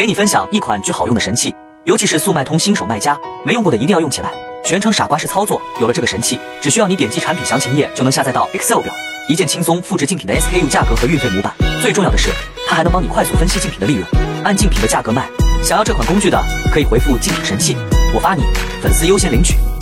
给你分享一款巨好用的神器，尤其是速卖通新手卖家，没用过的一定要用起来，全程傻瓜式操作。有了这个神器，只需要你点击产品详情页就能下载到 Excel 表，一键轻松复制竞品的 SKU 价格和运费模板。最重要的是，它还能帮你快速分析竞品的利润，按竞品的价格卖。想要这款工具的，可以回复竞品神器，我发你，粉丝优先领取。